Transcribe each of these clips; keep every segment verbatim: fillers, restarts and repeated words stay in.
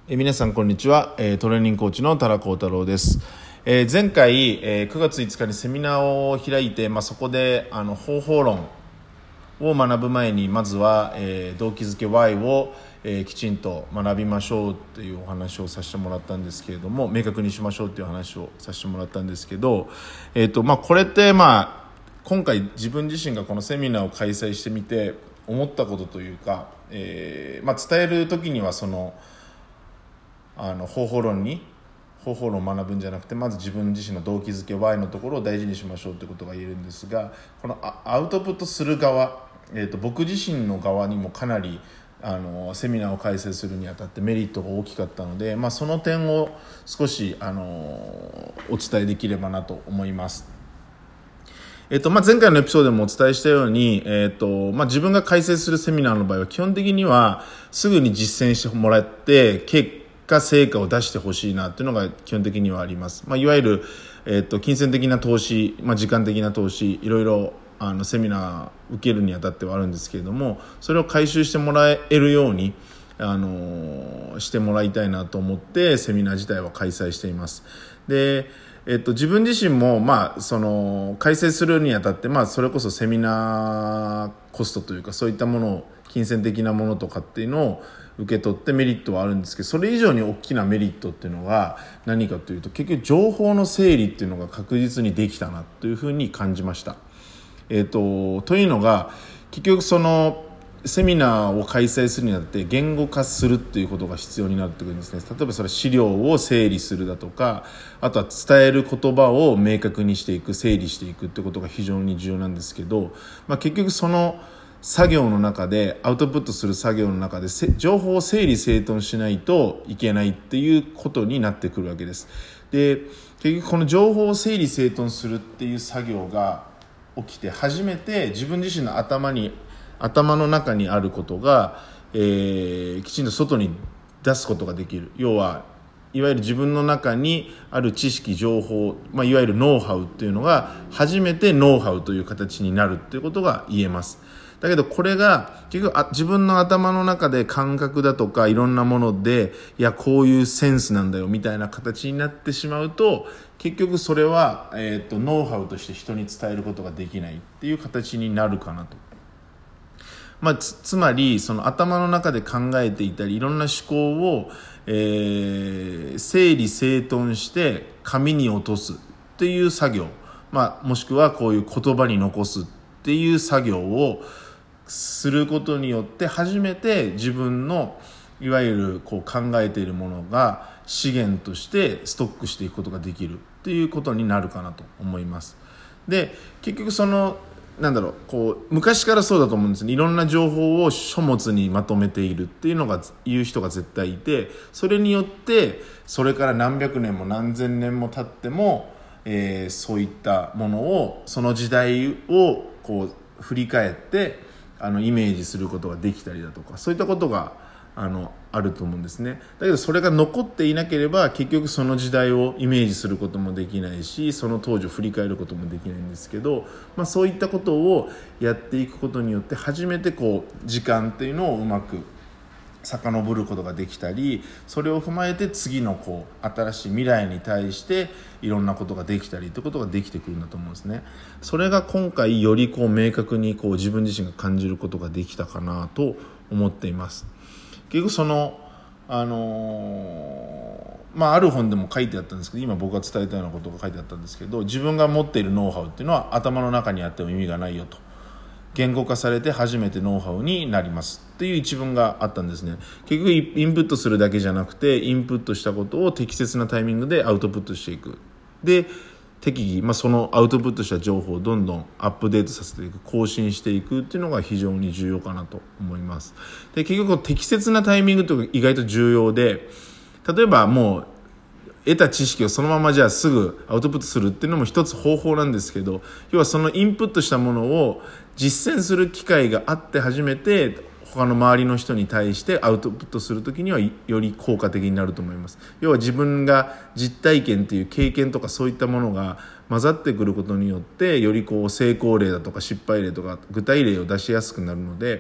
えー皆さんこんにちは、えートレーニングコーチの多良幸太郎です。えー前回、えーくがついつかにセミナーを開いて、まあ、そこであの方法論を学ぶ前にまずは、えー動機づけ Y を、えーきちんと学びましょうというお話をさせてもらったんですけれども、明確にしましょうという話をさせてもらったんですけど、えーとまあ、これってまあ今回自分自身がこのセミナーを開催してみて思ったことというか、えーまあ、伝える時にはそのあの方法論に方法論を学ぶんじゃなくて、まず自分自身の動機づけ Y のところを大事にしましょうということが言えるんですが、このアウトプットする側、えーと僕自身の側にもかなりあのセミナーを開催するにあたってメリットが大きかったので、まあ、その点を少しあのお伝えできればなと思います。えっとまあ、前回のエピソードでもお伝えしたように、えっとまあ、自分が開催するセミナーの場合は基本的にはすぐに実践してもらって結果成果を出してほしいなっていうのが基本的にはあります。まあ、いわゆる、えっと、金銭的な投資、まあ、時間的な投資、いろいろあのセミナー受けるにあたってはあるんですけれども、それを回収してもらえるようにあのしてもらいたいなと思ってセミナー自体は開催しています。でえっと、自分自身も、まあ、その開催するにあたって、まあ、それこそセミナーコストというかそういったものを金銭的なものとかっていうのを受け取ってメリットはあるんですけど、それ以上に大きなメリットっていうのが何かというと、結局情報の整理っていうのが確実にできたなというふうに感じました。えっと、というのが結局そのセミナーを開催するにあたって言語化するっていうことが必要になってくるんですね。例えばそれ資料を整理するだとか、あとは伝える言葉を明確にしていく、整理していくってことが非常に重要なんですけど、まあ、結局その作業の中でアウトプットする作業の中で情報を整理整頓しないといけないっていうことになってくるわけです。で、結局この情報を整理整頓するっていう作業が起きて初めて自分自身の頭に頭の中にあることが、えー、きちんと外に出すことができる。要はいわゆる自分の中にある知識情報、まあ、いわゆるノウハウっていうのが初めてノウハウという形になるっていうことが言えます。だけどこれが結局あ自分の頭の中で感覚だとかいろんなもので、いやこういうセンスなんだよみたいな形になってしまうと、結局それは、えーと、ノウハウとして人に伝えることができないっていう形になるかなと。まあ、つ, つまりその頭の中で考えていたりいろんな思考を、えー、整理整頓して紙に落とすっていう作業、まあ、もしくはこういう言葉に残すっていう作業をすることによって初めて自分のいわゆるこう考えているものが資源としてストックしていくことができるっていうことになるかなと思います。で、結局そのなんだろう、こう昔からそうだと思うんですね。いろんな情報を書物にまとめているっていうのが言う人が絶対いて、それによってそれから何百年も何千年も経っても、えー、そういったものをその時代をこう振り返ってあのイメージすることができたりだとか、そういったことがあのあると思うんですね。だけどそれが残っていなければ結局その時代をイメージすることもできないし、その当時を振り返ることもできないんですけど、まあ、そういったことをやっていくことによって初めてこう時間っていうのをうまく遡ることができたり、それを踏まえて次のこう新しい未来に対していろんなことができたりということができてくるんだと思うんですね。それが今回よりこう明確にこう自分自身が感じることができたかなと思っています。結局そのあのー、まあある本でも書いてあったんですけど、今僕が伝えたようなことが書いてあったんですけど、自分が持っているノウハウっていうのは頭の中にあっても意味がないよと、言語化されて初めてノウハウになりますっていう一文があったんですね。結局インプットするだけじゃなくて、インプットしたことを適切なタイミングでアウトプットしていく。で適宜、まあ、そのアウトプットした情報をどんどんアップデートさせていく、更新していくっていうのが非常に重要かなと思います。で結局適切なタイミングというのが意外と重要で、例えばもう得た知識をそのままじゃあすぐアウトプットするっていうのも一つ方法なんですけど、要はそのインプットしたものを実践する機会があって初めて他の周りの人に対してアウトプットするときにはより効果的になると思います。要は自分が実体験という経験とかそういったものが混ざってくることによって、よりこう成功例だとか失敗例とか具体例を出しやすくなるので、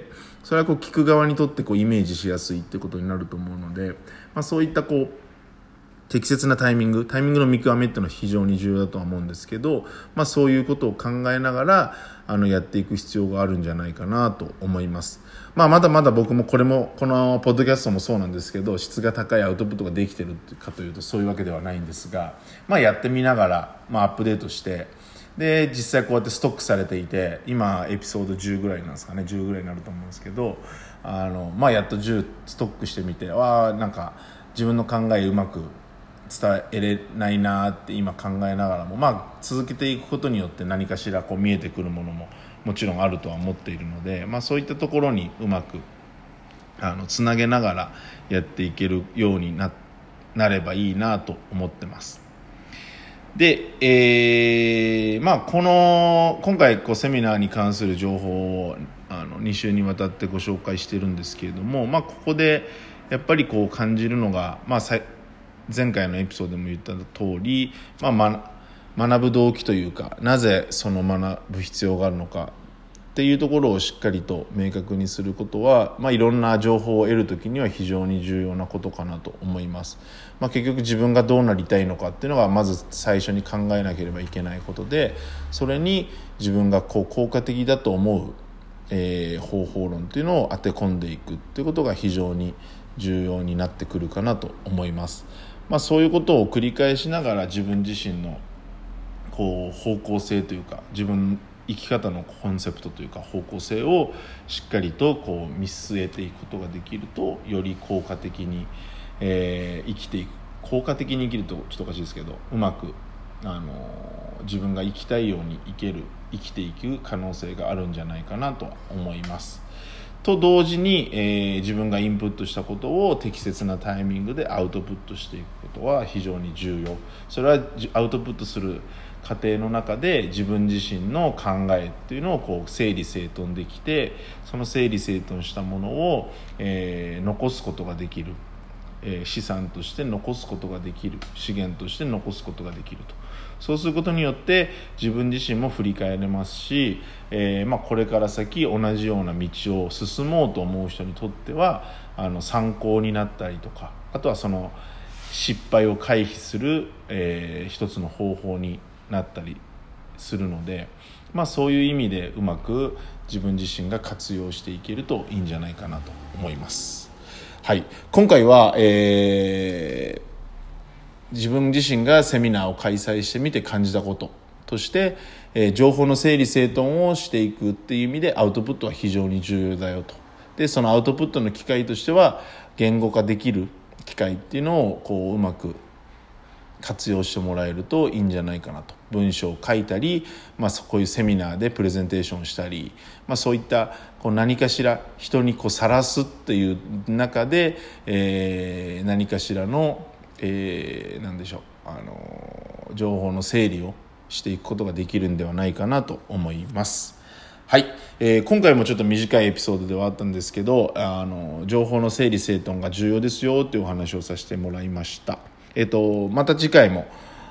それはこう聞く側にとってこうイメージしやすいってことになると思うので、まあ、そういったこう適切なタイミングタイミングの見極めっていうのは非常に重要だとは思うんですけど、まあ、そういうことを考えながらあのやっていく必要があるんじゃないかなと思います。まあ、まだまだ僕もこれもこのポッドキャストもそうなんですけど、質が高いアウトプットができてるかというとそういうわけではないんですが、まあ、やってみながら、まあ、アップデートしてで実際こうやってストックされていて、今エピソードじゅうぐらいなんですかね、じゅうぐらいになると思うんですけど、あの、まあ、やっとじゅうストックしてみて、わあなんか自分の考えうまく伝えれないなって今考えながらも、まあ、続けていくことによって何かしらこう見えてくるものももちろんあるとは思っているので、まあ、そういったところにうまくあのつなげながらやっていけるように な, なればいいなと思ってます。で、えーまあ、この今回こうセミナーに関する情報をあのに週にわたってご紹介してるんですけれども、まあ、ここでやっぱりこう感じるのが、まあ、前回のエピソードでも言った通り、まあ、学ぶ動機というか、なぜその学ぶ必要があるのかっていうところをしっかりと明確にすることは、まあ、いろんな情報を得るときには非常に重要なことかなと思います。まあ、結局自分がどうなりたいのかっていうのがまず最初に考えなければいけないことで、それに自分がこう効果的だと思う、えー、方法論っていうのを当て込んでいくっていうことが非常に重要になってくるかなと思います。まあ、そういうことを繰り返しながら自分自身のこう方向性というか、自分生き方のコンセプトというか方向性をしっかりとこう見据えていくことができると、より効果的に、えー、生きていく効果的に生きるとちょっとおかしいですけど、うまく、あのー、自分が生きたいように生ける生きていく可能性があるんじゃないかなと思います。と同時に、えー、自分がインプットしたことを適切なタイミングでアウトプットしていくことは非常に重要。それはアウトプットする過程の中で自分自身の考えっていうのをこう整理整頓できて、その整理整頓したものを、えー、残すことができる、えー、資産として残すことができる、資源として残すことができると。そうすることによって自分自身も振り返れますし、えーまあ、これから先同じような道を進もうと思う人にとってはあの参考になったりとか、あとはその失敗を回避する、えー、一つの方法になったりするので、まあ、そういう意味でうまく自分自身が活用していけるといいんじゃないかなと思います。はい、今回は、えー自分自身がセミナーを開催してみて感じたこととして、えー、情報の整理整頓をしていくっていう意味でアウトプットは非常に重要だよと。でそのアウトプットの機会としては言語化できる機会っていうのをこううまく活用してもらえるといいんじゃないかなと。文章を書いたり、まあ、こういうセミナーでプレゼンテーションしたり、まあ、そういったこう何かしら人にこう晒すっていう中で、えー、何かしらのえー、なんでしょう、あの情報の整理をしていくことができるんではないかなと思います。はい、えー、今回もちょっと短いエピソードではあったんですけど、あの情報の整理整頓が重要ですよというお話をさせてもらいました。えーと、また次回も、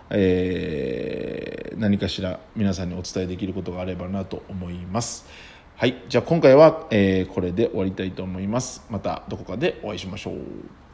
えー、何かしら皆さんにお伝えできることがあればなと思います。はい、じゃあ今回は、えー、これで終わりたいと思います。またどこかでお会いしましょう。